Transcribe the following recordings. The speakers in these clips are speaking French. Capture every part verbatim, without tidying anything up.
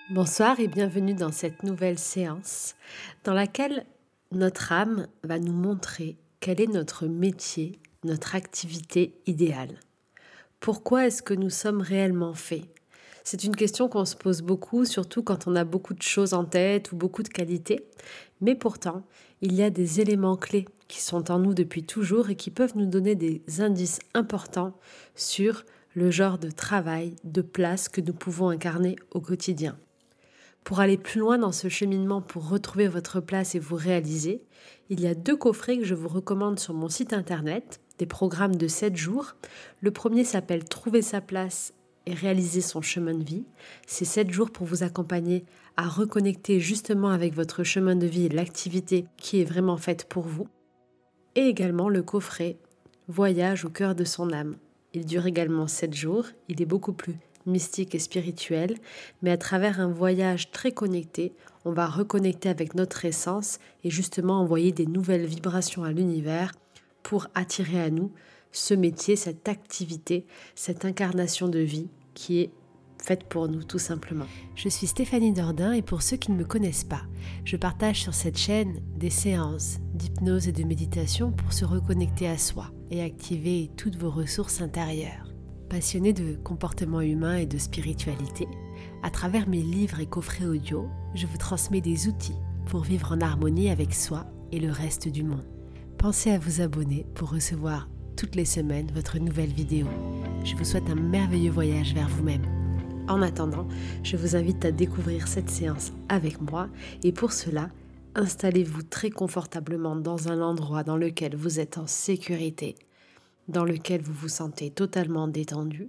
Bonsoir et bienvenue dans cette nouvelle séance dans laquelle notre âme va nous montrer quel est notre métier, notre activité idéale. Pourquoi est-ce que nous sommes réellement faits ? C'est une question qu'on se pose beaucoup, surtout quand on a beaucoup de choses en tête ou beaucoup de qualités. Mais pourtant, il y a des éléments clés qui sont en nous depuis toujours et qui peuvent nous donner des indices importants sur le genre de travail, de place que nous pouvons incarner au quotidien. Pour aller plus loin dans ce cheminement, pour retrouver votre place et vous réaliser, il y a deux coffrets que je vous recommande sur mon site internet, des programmes de sept jours. Le premier s'appelle « Trouver sa place et réaliser son chemin de vie ». C'est sept jours pour vous accompagner à reconnecter justement avec votre chemin de vie et l'activité qui est vraiment faite pour vous. Et également le coffret « Voyage au cœur de son âme ». Il dure également sept jours, il est beaucoup plus mystique et spirituel, mais à travers un voyage très connecté, on va reconnecter avec notre essence et justement envoyer des nouvelles vibrations à l'univers pour attirer à nous ce métier, cette activité, cette incarnation de vie qui est faite pour nous tout simplement. Je suis Stéphanie Dordain et pour ceux qui ne me connaissent pas, je partage sur cette chaîne des séances d'hypnose et de méditation pour se reconnecter à soi et activer toutes vos ressources intérieures. Passionnée de comportement humain et de spiritualité, à travers mes livres et coffrets audio, je vous transmets des outils pour vivre en harmonie avec soi et le reste du monde. Pensez à vous abonner pour recevoir toutes les semaines votre nouvelle vidéo. Je vous souhaite un merveilleux voyage vers vous-même. En attendant, je vous invite à découvrir cette séance avec moi et pour cela, installez-vous très confortablement dans un endroit dans lequel vous êtes en sécurité, dans lequel vous vous sentez totalement détendu.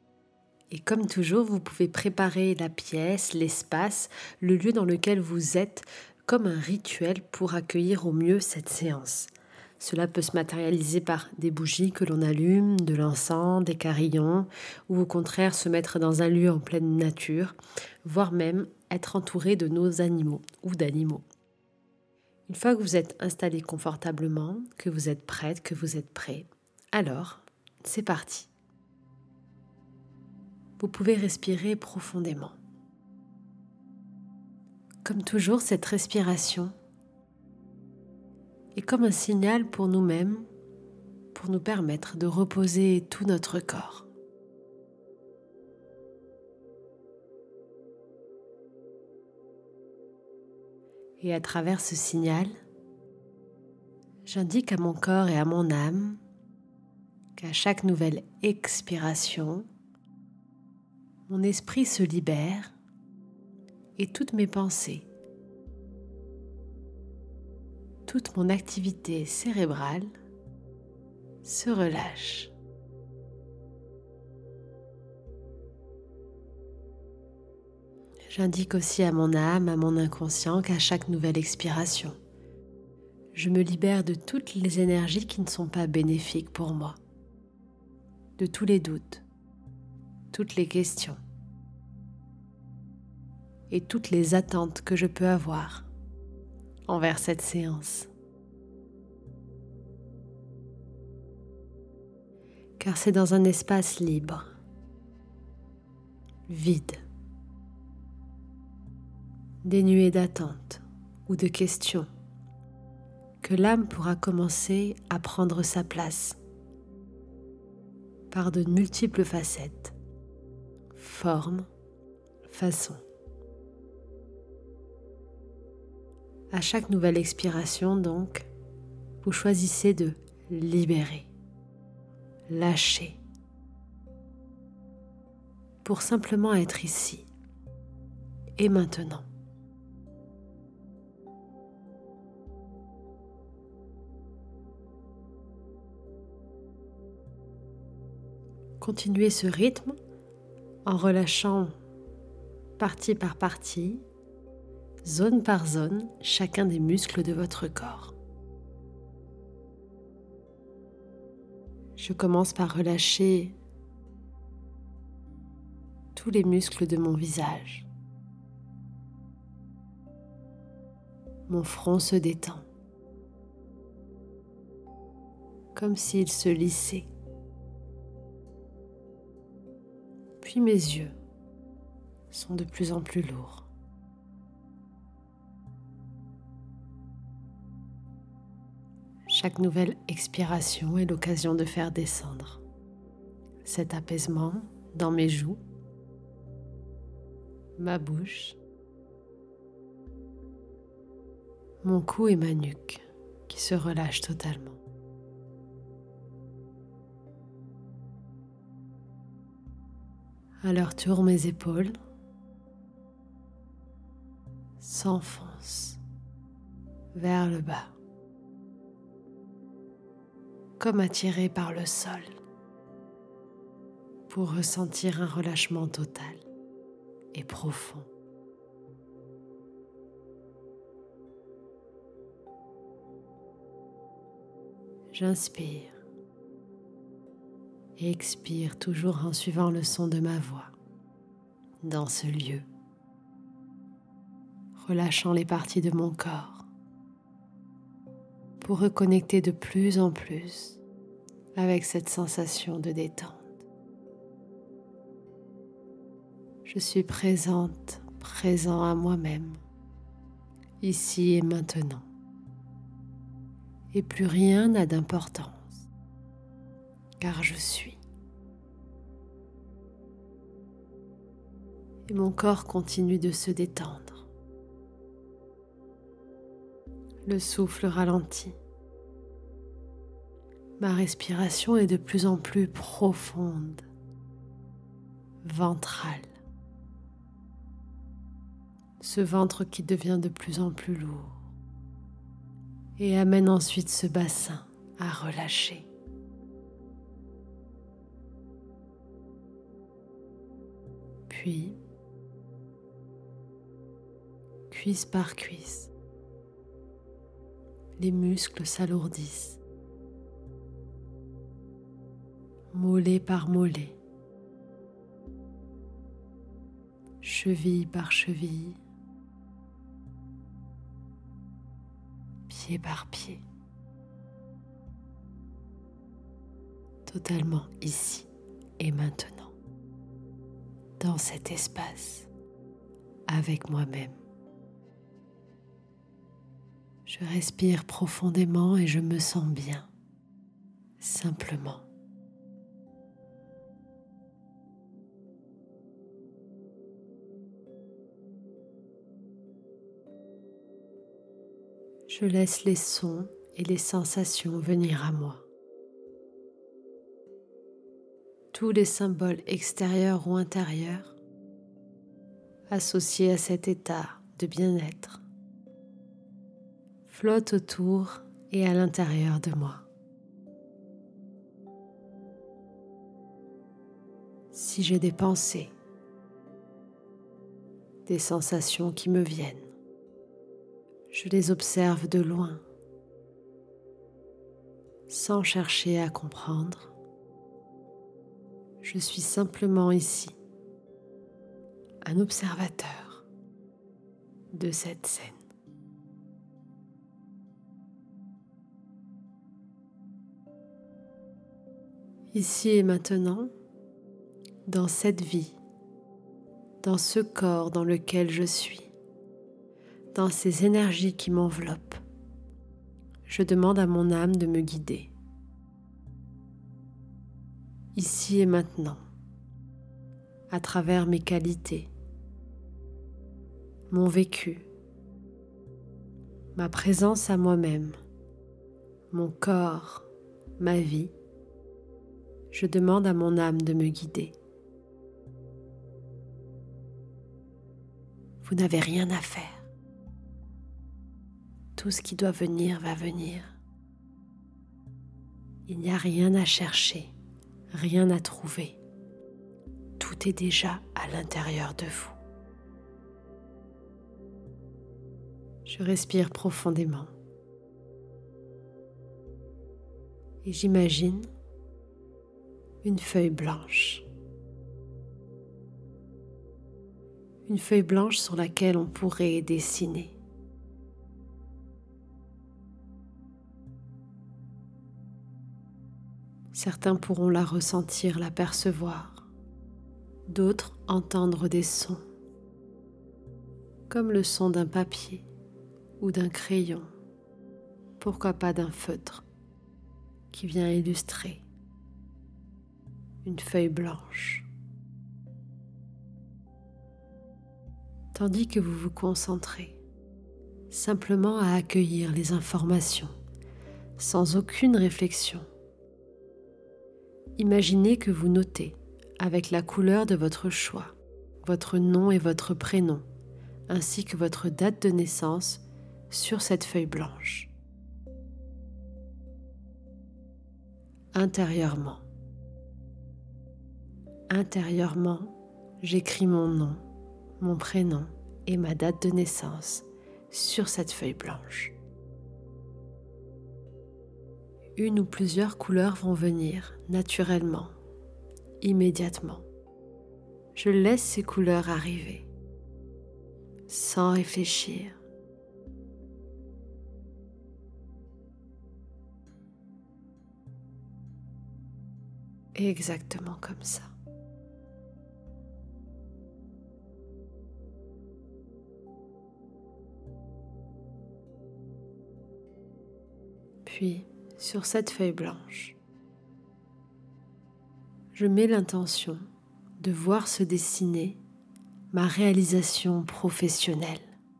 Et comme toujours, vous pouvez préparer la pièce, l'espace, le lieu dans lequel vous êtes comme un rituel pour accueillir au mieux cette séance. Cela peut se matérialiser par des bougies que l'on allume, de l'encens, des carillons, ou au contraire se mettre dans un lieu en pleine nature, voire même être entouré de nos animaux ou d'animaux. Une fois que vous êtes installé confortablement, que vous êtes prête, que vous êtes prêt, alors, c'est parti. Vous pouvez respirer profondément. Comme toujours, cette respiration est comme un signal pour nous-mêmes, pour nous permettre de reposer tout notre corps. Et à travers ce signal, j'indique à mon corps et à mon âme qu'à chaque nouvelle expiration, mon esprit se libère et toutes mes pensées, toute mon activité cérébrale se relâche. J'indique aussi à mon âme, à mon inconscient qu'à chaque nouvelle expiration, je me libère de toutes les énergies qui ne sont pas bénéfiques pour moi, de tous les doutes, toutes les questions et toutes les attentes que je peux avoir envers cette séance. Car c'est dans un espace libre, vide, dénué d'attentes ou de questions, que l'âme pourra commencer à prendre sa place par de multiples facettes, formes, façons. À chaque nouvelle expiration, donc, vous choisissez de libérer, lâcher, pour simplement être ici et maintenant. Continuez ce rythme en relâchant partie par partie, zone par zone, chacun des muscles de votre corps. Je commence par relâcher tous les muscles de mon visage. Mon front se détend, comme s'il se lissait. Puis mes yeux sont de plus en plus lourds. Chaque nouvelle expiration est l'occasion de faire descendre cet apaisement dans mes joues, ma bouche, mon cou et ma nuque qui se relâchent totalement. À leur tour, mes épaules s'enfoncent vers le bas, comme attirées par le sol, pour ressentir un relâchement total et profond. J'inspire et expire toujours en suivant le son de ma voix dans ce lieu, relâchant les parties de mon corps pour reconnecter de plus en plus avec cette sensation de détente. Je suis présente, présent à moi-même, ici et maintenant. Et plus rien n'a d'importance, car je suis. Et mon corps continue de se détendre. Le souffle ralentit. Ma respiration est de plus en plus profonde, ventrale. Ce ventre qui devient de plus en plus lourd et amène ensuite ce bassin à relâcher. Puis, cuisse par cuisse, les muscles s'alourdissent, mollet par mollet, cheville par cheville, pied par pied, totalement ici et maintenant, dans cet espace, avec moi-même. Je respire profondément et je me sens bien, simplement. Je laisse les sons et les sensations venir à moi. Tous les symboles extérieurs ou intérieurs associés à cet état de bien-être flottent autour et à l'intérieur de moi. Si j'ai des pensées, des sensations qui me viennent, je les observe de loin, sans chercher à comprendre. Je suis simplement ici, un observateur de cette scène. Ici et maintenant, dans cette vie, dans ce corps dans lequel je suis, dans ces énergies qui m'enveloppent, je demande à mon âme de me guider. Ici et maintenant, à travers mes qualités, mon vécu, ma présence à moi-même, mon corps, ma vie, je demande à mon âme de me guider. Vous n'avez rien à faire. Tout ce qui doit venir va venir. Il n'y a rien à chercher, rien à trouver. Tout est déjà à l'intérieur de vous. Je respire profondément et j'imagine une feuille blanche. Une feuille blanche sur laquelle on pourrait dessiner. Certains pourront la ressentir, la percevoir. D'autres entendre des sons, comme le son d'un papier ou d'un crayon, pourquoi pas d'un feutre qui vient illustrer une feuille blanche. Tandis que vous vous concentrez simplement à accueillir les informations sans aucune réflexion. Imaginez que vous notez avec la couleur de votre choix votre nom et votre prénom, ainsi que votre date de naissance sur cette feuille blanche. Intérieurement. Intérieurement, j'écris mon nom, mon prénom et ma date de naissance sur cette feuille blanche. Une ou plusieurs couleurs vont venir naturellement, immédiatement. Je laisse ces couleurs arriver, sans réfléchir. Exactement comme ça. Puis, sur cette feuille blanche, je mets l'intention de voir se dessiner ma réalisation professionnelle.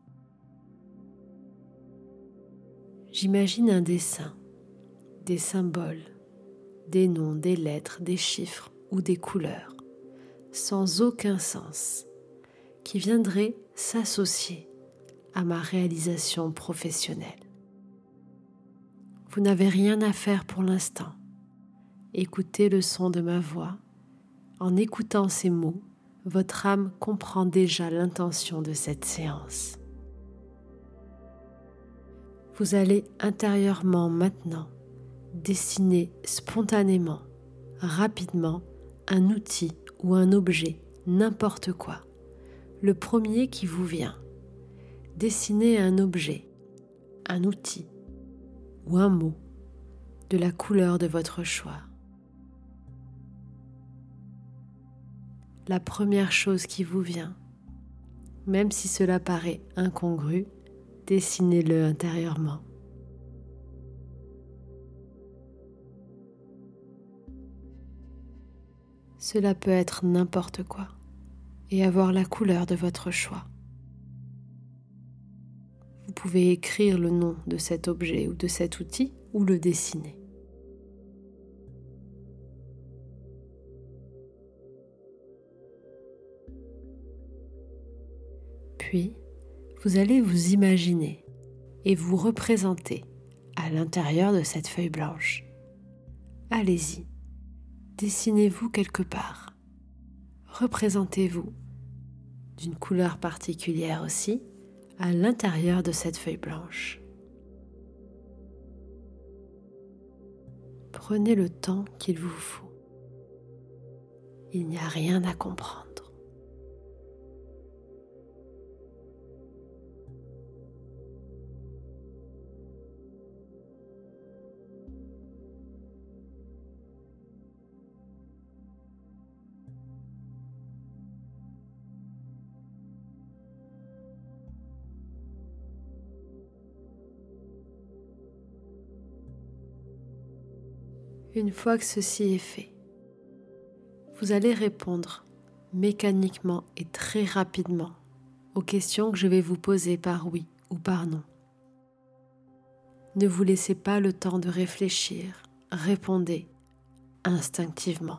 J'imagine un dessin, des symboles, des noms, des lettres, des chiffres ou des couleurs, sans aucun sens, qui viendraient s'associer à ma réalisation professionnelle. Vous n'avez rien à faire pour l'instant. Écoutez le son de ma voix. En écoutant ces mots, votre âme comprend déjà l'intention de cette séance. Vous allez intérieurement maintenant dessiner spontanément, rapidement, un outil ou un objet, n'importe quoi. Le premier qui vous vient. Dessinez un objet, un outil ou un mot de la couleur de votre choix. La première chose qui vous vient, même si cela paraît incongru, dessinez-le intérieurement. Cela peut être n'importe quoi et avoir la couleur de votre choix. Vous pouvez écrire le nom de cet objet ou de cet outil ou le dessiner. Puis, vous allez vous imaginer et vous représenter à l'intérieur de cette feuille blanche. Allez-y, dessinez-vous quelque part. Représentez-vous d'une couleur particulière aussi à l'intérieur de cette feuille blanche. Prenez le temps qu'il vous faut. Il n'y a rien à comprendre. Une fois que ceci est fait, vous allez répondre mécaniquement et très rapidement aux questions que je vais vous poser par oui ou par non. Ne vous laissez pas le temps de réfléchir, répondez instinctivement.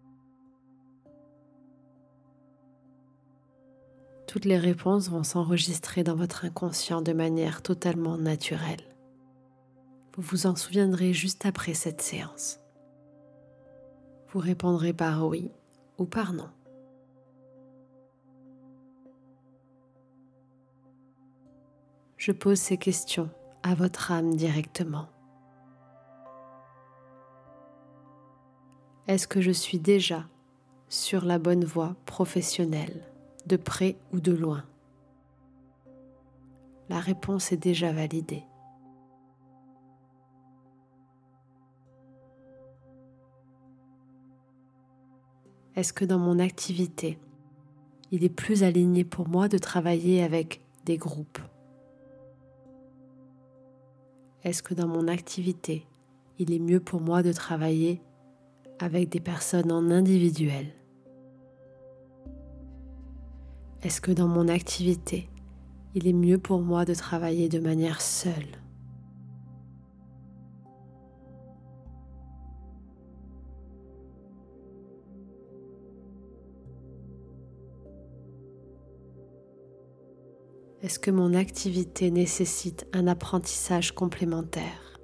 Toutes les réponses vont s'enregistrer dans votre inconscient de manière totalement naturelle. Vous vous en souviendrez juste après cette séance. Vous répondrez par oui ou par non. Je pose ces questions à votre âme directement. Est-ce que je suis déjà sur la bonne voie professionnelle, de près ou de loin? La réponse est déjà validée. Est-ce que dans mon activité, il est plus aligné pour moi de travailler avec des groupes? Est-ce que dans mon activité, il est mieux pour moi de travailler avec des personnes en individuel? Est-ce que dans mon activité, il est mieux pour moi de travailler de manière seule? Est-ce que mon activité nécessite un apprentissage complémentaire?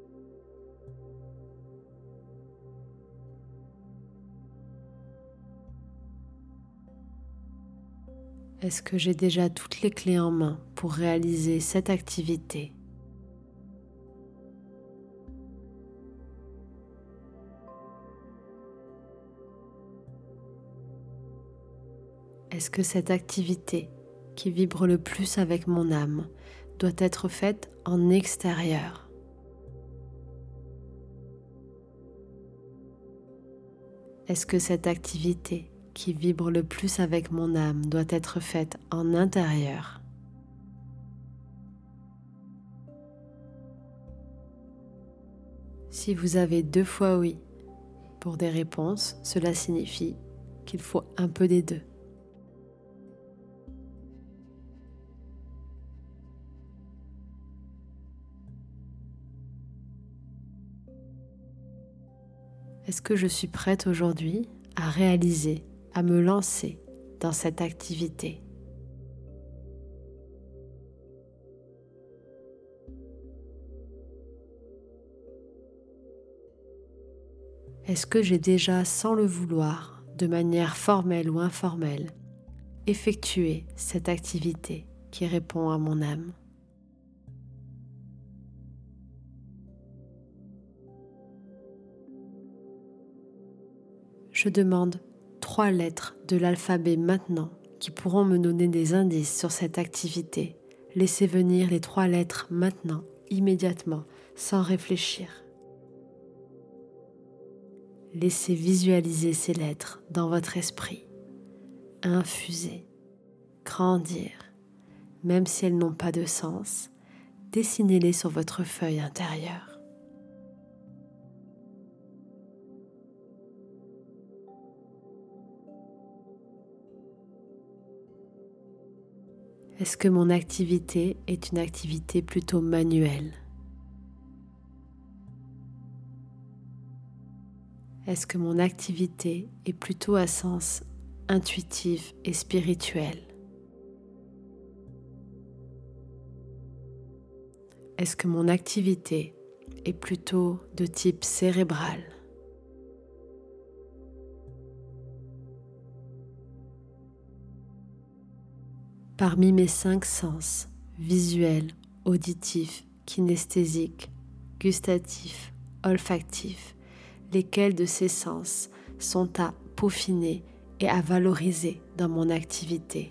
Est-ce que j'ai déjà toutes les clés en main pour réaliser cette activité? Est-ce que cette activité qui vibre le plus avec mon âme doit être faite en extérieur? Est-ce que cette activité qui vibre le plus avec mon âme doit être faite en intérieur? Si vous avez deux fois oui pour des réponses, cela signifie qu'il faut un peu des deux. Est-ce que je suis prête aujourd'hui à réaliser, à me lancer dans cette activité? Est-ce que j'ai déjà, sans le vouloir, de manière formelle ou informelle, effectué cette activité qui répond à mon âme? Je demande trois lettres de l'alphabet maintenant qui pourront me donner des indices sur cette activité. Laissez venir les trois lettres maintenant, immédiatement, sans réfléchir. Laissez visualiser ces lettres dans votre esprit, infuser, grandir, même si elles n'ont pas de sens, dessinez-les sur votre feuille intérieure. Est-ce que mon activité est une activité plutôt manuelle? Est-ce que mon activité est plutôt à sens intuitif et spirituel? Est-ce que mon activité est plutôt de type cérébral? Parmi mes cinq sens, visuel, auditif, kinesthésique, gustatif, olfactif, lesquels de ces sens sont à peaufiner et à valoriser dans mon activité?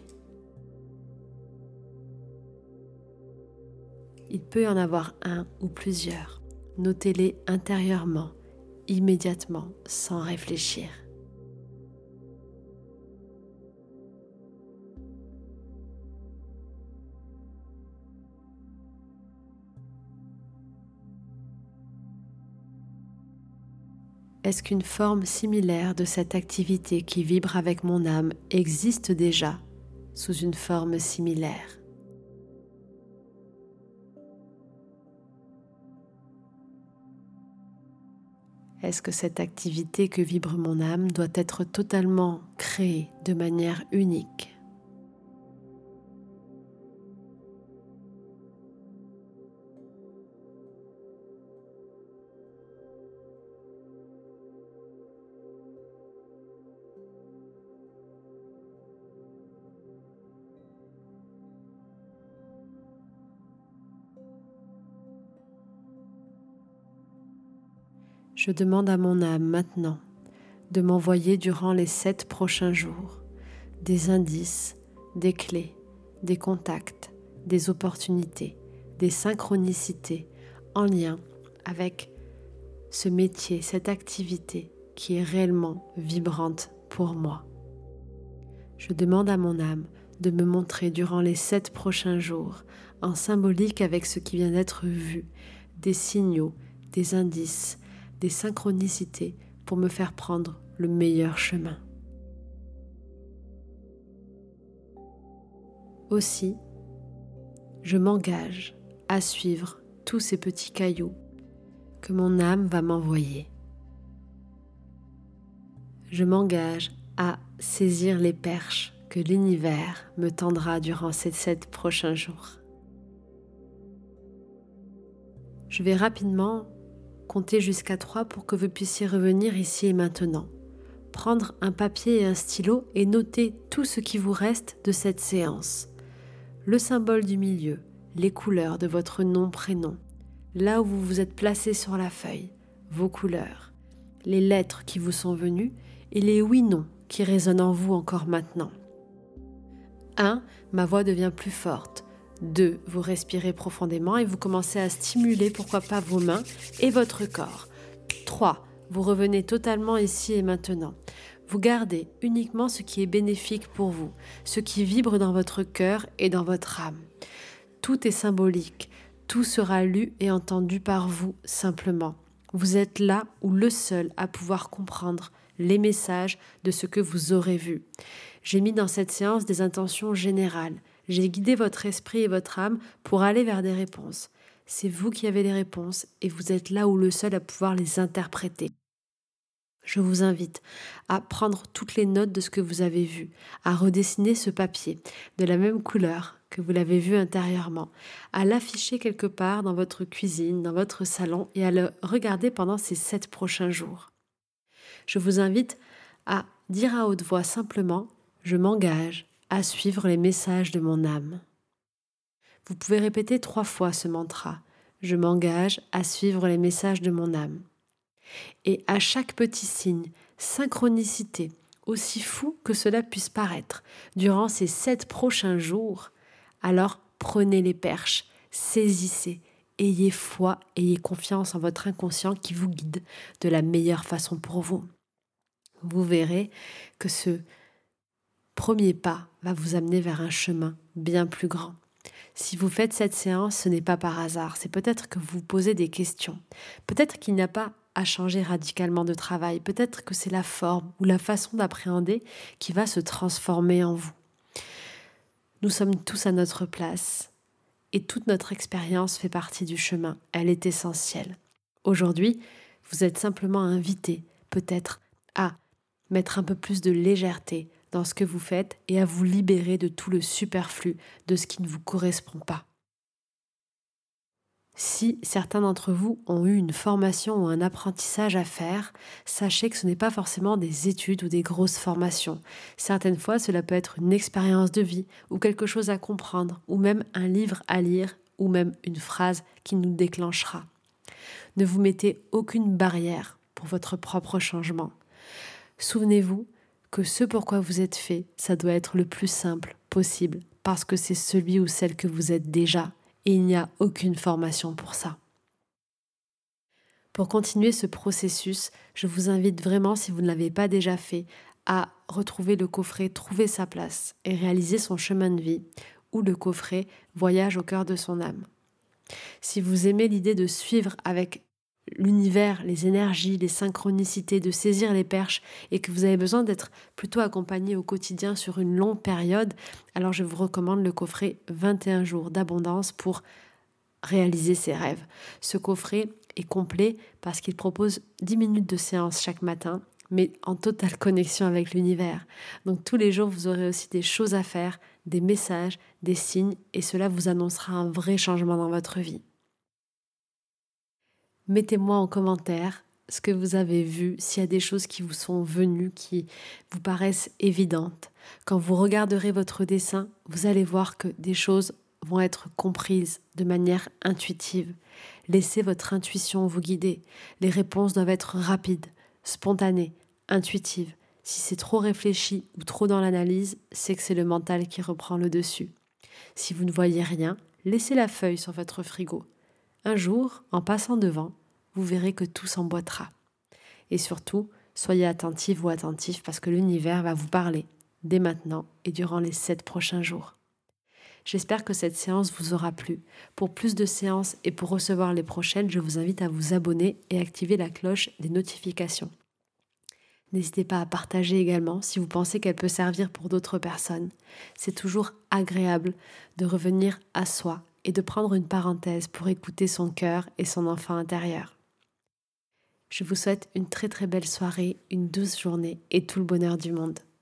Il peut y en avoir un ou plusieurs. Notez-les intérieurement, immédiatement, sans réfléchir. Est-ce qu'une forme similaire de cette activité qui vibre avec mon âme existe déjà sous une forme similaire? Est-ce que cette activité que vibre mon âme doit être totalement créée de manière unique? Je demande à mon âme maintenant de m'envoyer durant les sept prochains jours des indices, des clés, des contacts, des opportunités, des synchronicités en lien avec ce métier, cette activité qui est réellement vibrante pour moi. Je demande à mon âme de me montrer durant les sept prochains jours, en symbolique avec ce qui vient d'être vu, des signaux, des indices, des synchronicités pour me faire prendre le meilleur chemin. Aussi, je m'engage à suivre tous ces petits cailloux que mon âme va m'envoyer. Je m'engage à saisir les perches que l'univers me tendra durant ces sept prochains jours. Je vais rapidement compter jusqu'à trois pour que vous puissiez revenir ici et maintenant. Prendre un papier et un stylo et noter tout ce qui vous reste de cette séance. Le symbole du milieu, les couleurs de votre nom-prénom, là où vous vous êtes placé sur la feuille, vos couleurs, les lettres qui vous sont venues et les oui-non qui résonnent en vous encore maintenant. un. Ma voix devient plus forte. deux. Vous respirez profondément et vous commencez à stimuler, pourquoi pas, vos mains et votre corps. trois. Vous revenez totalement ici et maintenant. Vous gardez uniquement ce qui est bénéfique pour vous, ce qui vibre dans votre cœur et dans votre âme. Tout est symbolique, tout sera lu et entendu par vous simplement. Vous êtes là ou le seul à pouvoir comprendre les messages de ce que vous aurez vu. J'ai mis dans cette séance des intentions générales. J'ai guidé votre esprit et votre âme pour aller vers des réponses. C'est vous qui avez les réponses et vous êtes là ou le seul à pouvoir les interpréter. Je vous invite à prendre toutes les notes de ce que vous avez vu, à redessiner ce papier de la même couleur que vous l'avez vu intérieurement, à l'afficher quelque part dans votre cuisine, dans votre salon et à le regarder pendant ces sept prochains jours. Je vous invite à dire à haute voix simplement « Je m'engage à suivre les messages de mon âme ». Vous pouvez répéter trois fois ce mantra « Je m'engage à suivre les messages de mon âme ». Et à chaque petit signe, synchronicité, aussi fou que cela puisse paraître, durant ces sept prochains jours, alors prenez les perches, saisissez, ayez foi, ayez confiance en votre inconscient qui vous guide de la meilleure façon pour vous. Vous verrez que ce premier pas va vous amener vers un chemin bien plus grand. Si vous faites cette séance, ce n'est pas par hasard, c'est peut-être que vous vous posez des questions. Peut-être qu'il n'y a pas à changer radicalement de travail, peut-être que c'est la forme ou la façon d'appréhender qui va se transformer en vous. Nous sommes tous à notre place et toute notre expérience fait partie du chemin, elle est essentielle. Aujourd'hui, vous êtes simplement invité peut-être à mettre un peu plus de légèreté dans ce que vous faites et à vous libérer de tout le superflu, de ce qui ne vous correspond pas. Si certains d'entre vous ont eu une formation ou un apprentissage à faire, sachez que ce n'est pas forcément des études ou des grosses formations. Certaines fois, cela peut être une expérience de vie ou quelque chose à comprendre, ou même un livre à lire, ou même une phrase qui nous déclenchera. Ne vous mettez aucune barrière pour votre propre changement. Souvenez-vous que ce pourquoi vous êtes fait, ça doit être le plus simple possible, parce que c'est celui ou celle que vous êtes déjà. Et il n'y a aucune formation pour ça. Pour continuer ce processus, je vous invite vraiment, si vous ne l'avez pas déjà fait, à retrouver le coffret Trouver sa place et réaliser son chemin de vie, ou le coffret Voyage au cœur de son âme. Si vous aimez l'idée de suivre avec l'univers, les énergies, les synchronicités, de saisir les perches et que vous avez besoin d'être plutôt accompagné au quotidien sur une longue période, alors je vous recommande le coffret vingt et un jours d'abondance pour réaliser ses rêves. Ce coffret est complet parce qu'il propose dix minutes de séance chaque matin, mais en totale connexion avec l'univers. Donc tous les jours, vous aurez aussi des choses à faire, des messages, des signes, et cela vous annoncera un vrai changement dans votre vie. Mettez-moi en commentaire ce que vous avez vu, s'il y a des choses qui vous sont venues, qui vous paraissent évidentes. Quand vous regarderez votre dessin, vous allez voir que des choses vont être comprises de manière intuitive. Laissez votre intuition vous guider. Les réponses doivent être rapides, spontanées, intuitives. Si c'est trop réfléchi ou trop dans l'analyse, c'est que c'est le mental qui reprend le dessus. Si vous ne voyez rien, laissez la feuille sur votre frigo. Un jour, en passant devant, vous verrez que tout s'emboîtera. Et surtout, soyez attentive ou attentif parce que l'univers va vous parler dès maintenant et durant les sept prochains jours. J'espère que cette séance vous aura plu. Pour plus de séances et pour recevoir les prochaines, je vous invite à vous abonner et activer la cloche des notifications. N'hésitez pas à partager également si vous pensez qu'elle peut servir pour d'autres personnes. C'est toujours agréable de revenir à soi et de prendre une parenthèse pour écouter son cœur et son enfant intérieur. Je vous souhaite une très très belle soirée, une douce journée et tout le bonheur du monde.